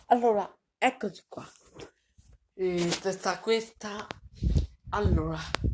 Allora, eccoci qua. Questa. Allora,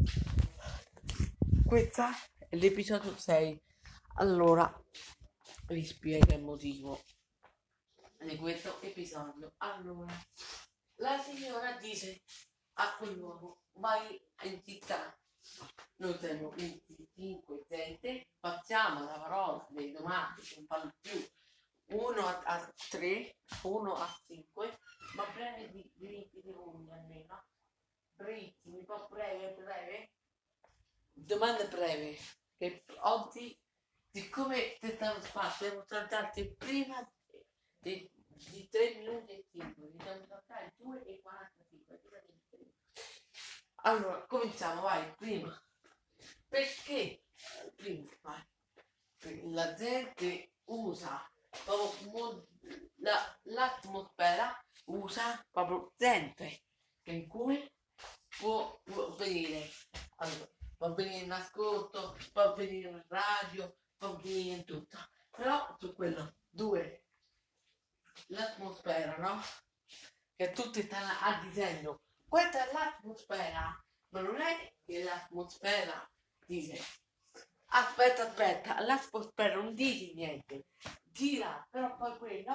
questa è l'episodio 6. Allora, vi spiego il motivo di questo episodio. Allora, la signora dice a quell'uomo: vai in città. Noi siamo 25 gente, facciamo la parola dei domati, non parlo più. 1 a 3, 1 a 5, ma breve di 20 secondi almeno. Brevissimi, un po' breve. Domanda breve. Che oggi, siccome ti stanno spazio, devo trattarti prima di 3 minuti e 5, mi devo trattare 2 e 45. Allora, cominciamo, vai, prima. Perché? Prima, vai. La gente usa proprio l'atmosfera usa proprio sempre in cui può venire, allora, può venire in ascolto, può venire in radio, può venire in tutto, però su quello due, l'atmosfera, no? Che tutti stanno a disegno, questa è l'atmosfera, ma non è che l'atmosfera dice aspetta, l'atmosfera non dice niente, gira, però poi quello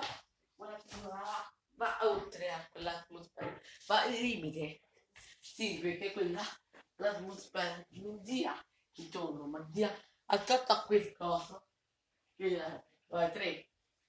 va oltre a quell'atmosfera, va al limite. Sì, perché quella l'atmosfera non gira intorno, ma gira attorno a quel coso. Vai, 3.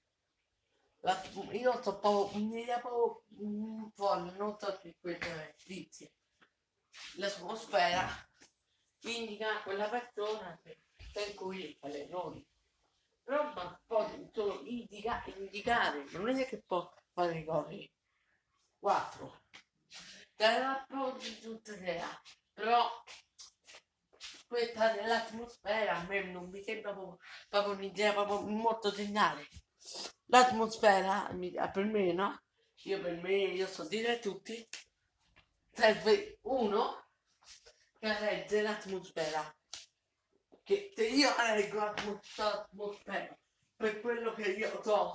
Io sto proprio, mi dà proprio fuori, non so che questo è, dice. L'atmosfera indica quella persona per cui fa l'errore. Però ma può solo indicare, non è che può fare cose. 4. Dalla di tutte le altre. Però questa dell'atmosfera a me non mi sembra proprio un'idea proprio molto geniale. L'atmosfera, per me, no? Io so dire a tutti, serve uno che regge l'atmosfera. Che se io leggo l'atmosfera per quello che io so,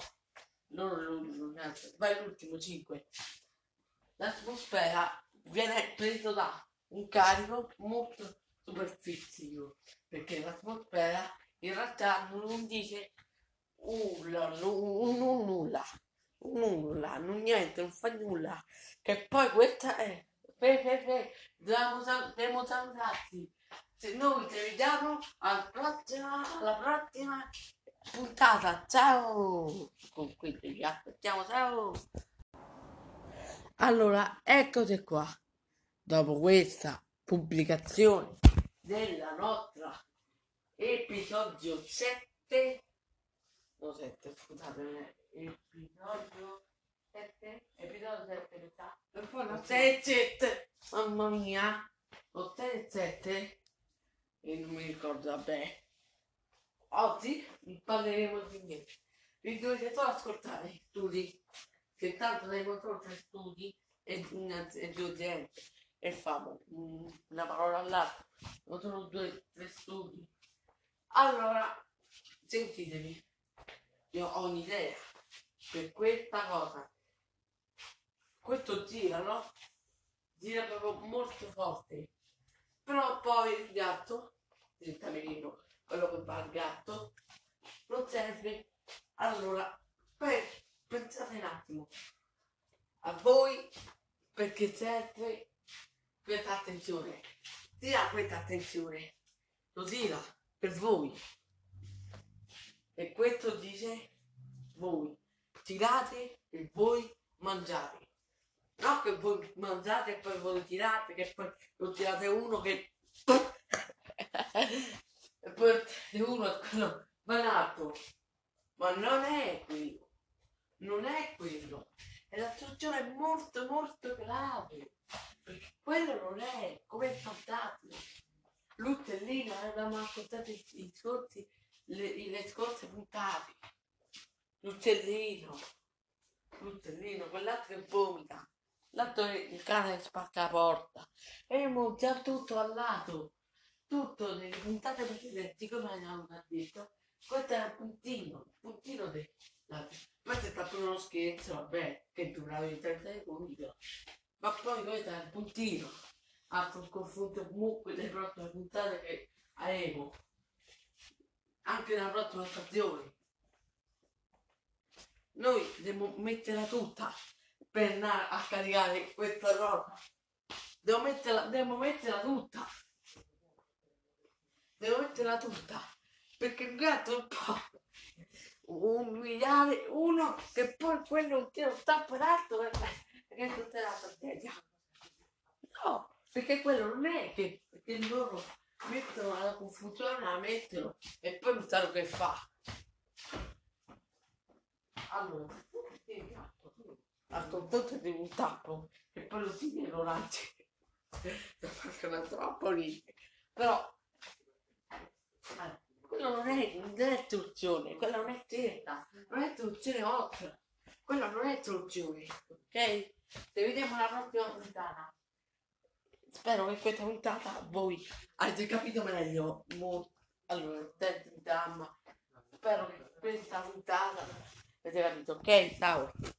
vai l'ultimo 5. L'atmosfera viene preso da un carico molto superfluo, perché l'atmosfera in realtà non dice nulla, non niente, non fa nulla. Che poi questa è. Dobbiamo salutarci. Se noi ci vediamo alla prossima puntata. Ciao! Con quindi vi aspettiamo, ciao! Allora, eccoci qua. Dopo questa pubblicazione della nostra episodio 7, no 7, scusate, episodio 7, metà. Per poi la 7, mamma mia, lo 7 e non mi ricordo, vabbè. Oggi parleremo di niente. Vi dovete solo ascoltare studi, che tanto dai solo 3 studi e 2 gente e famo una parola all'altra, non sono 2 studi. Allora, sentitevi, io ho un'idea per questa cosa. Questo gira, no? Gira proprio molto forte. Però poi il gatto, il camerino, quello che va al gatto, non serve. Allora, pensate un attimo. A voi, perché serve questa attenzione. Tira questa attenzione. Lo tira per voi. E questo dice voi. Tirate e voi mangiate. No che voi mangiate e poi voi tirate, che poi lo tirate uno che e poi uno è quello malato. Ma non è quello, non è quello. E la situazione è molto grave, perché quello non è come il fantasma. L'uccellino avevamo ascoltato i scorsi, le scorse puntate. L'uccellino, quell'altro che vomita. L'altro è il cane che spacca la porta. E abbiamo già tutto al lato. Tutto nelle puntate precedenti, come abbiamo detto. Questo era il puntino Poi c'è stato uno scherzo, vabbè, che durava i 30 secondi, però. Ma poi questo è il puntino. Altro confronto comunque delle prossime puntate che avremo. Anche nella prossima stagione. Noi dobbiamo metterla tutta per andare a caricare questa roba. Devo metterla tutta. Devo metterla tutta. Perché il gatto è un po' umiliare uno che poi quello un tiro sta per alto perché tutta la tragedia. No, perché quello non è che loro mettono la confusione, la mettono e poi non sanno che fa. Allora, a contatto di un tappo e poi lo si lo lanci. Lo facciano troppo lì. Però quello non è istruzione, quella non è testa, non è istruzione oltre. Quella non è istruzione, ok? Ci vediamo alla prossima puntata. Spero che questa puntata voi avete capito meglio. Allora, senti, damma. Spero che questa puntata avete capito, ok? Ciao.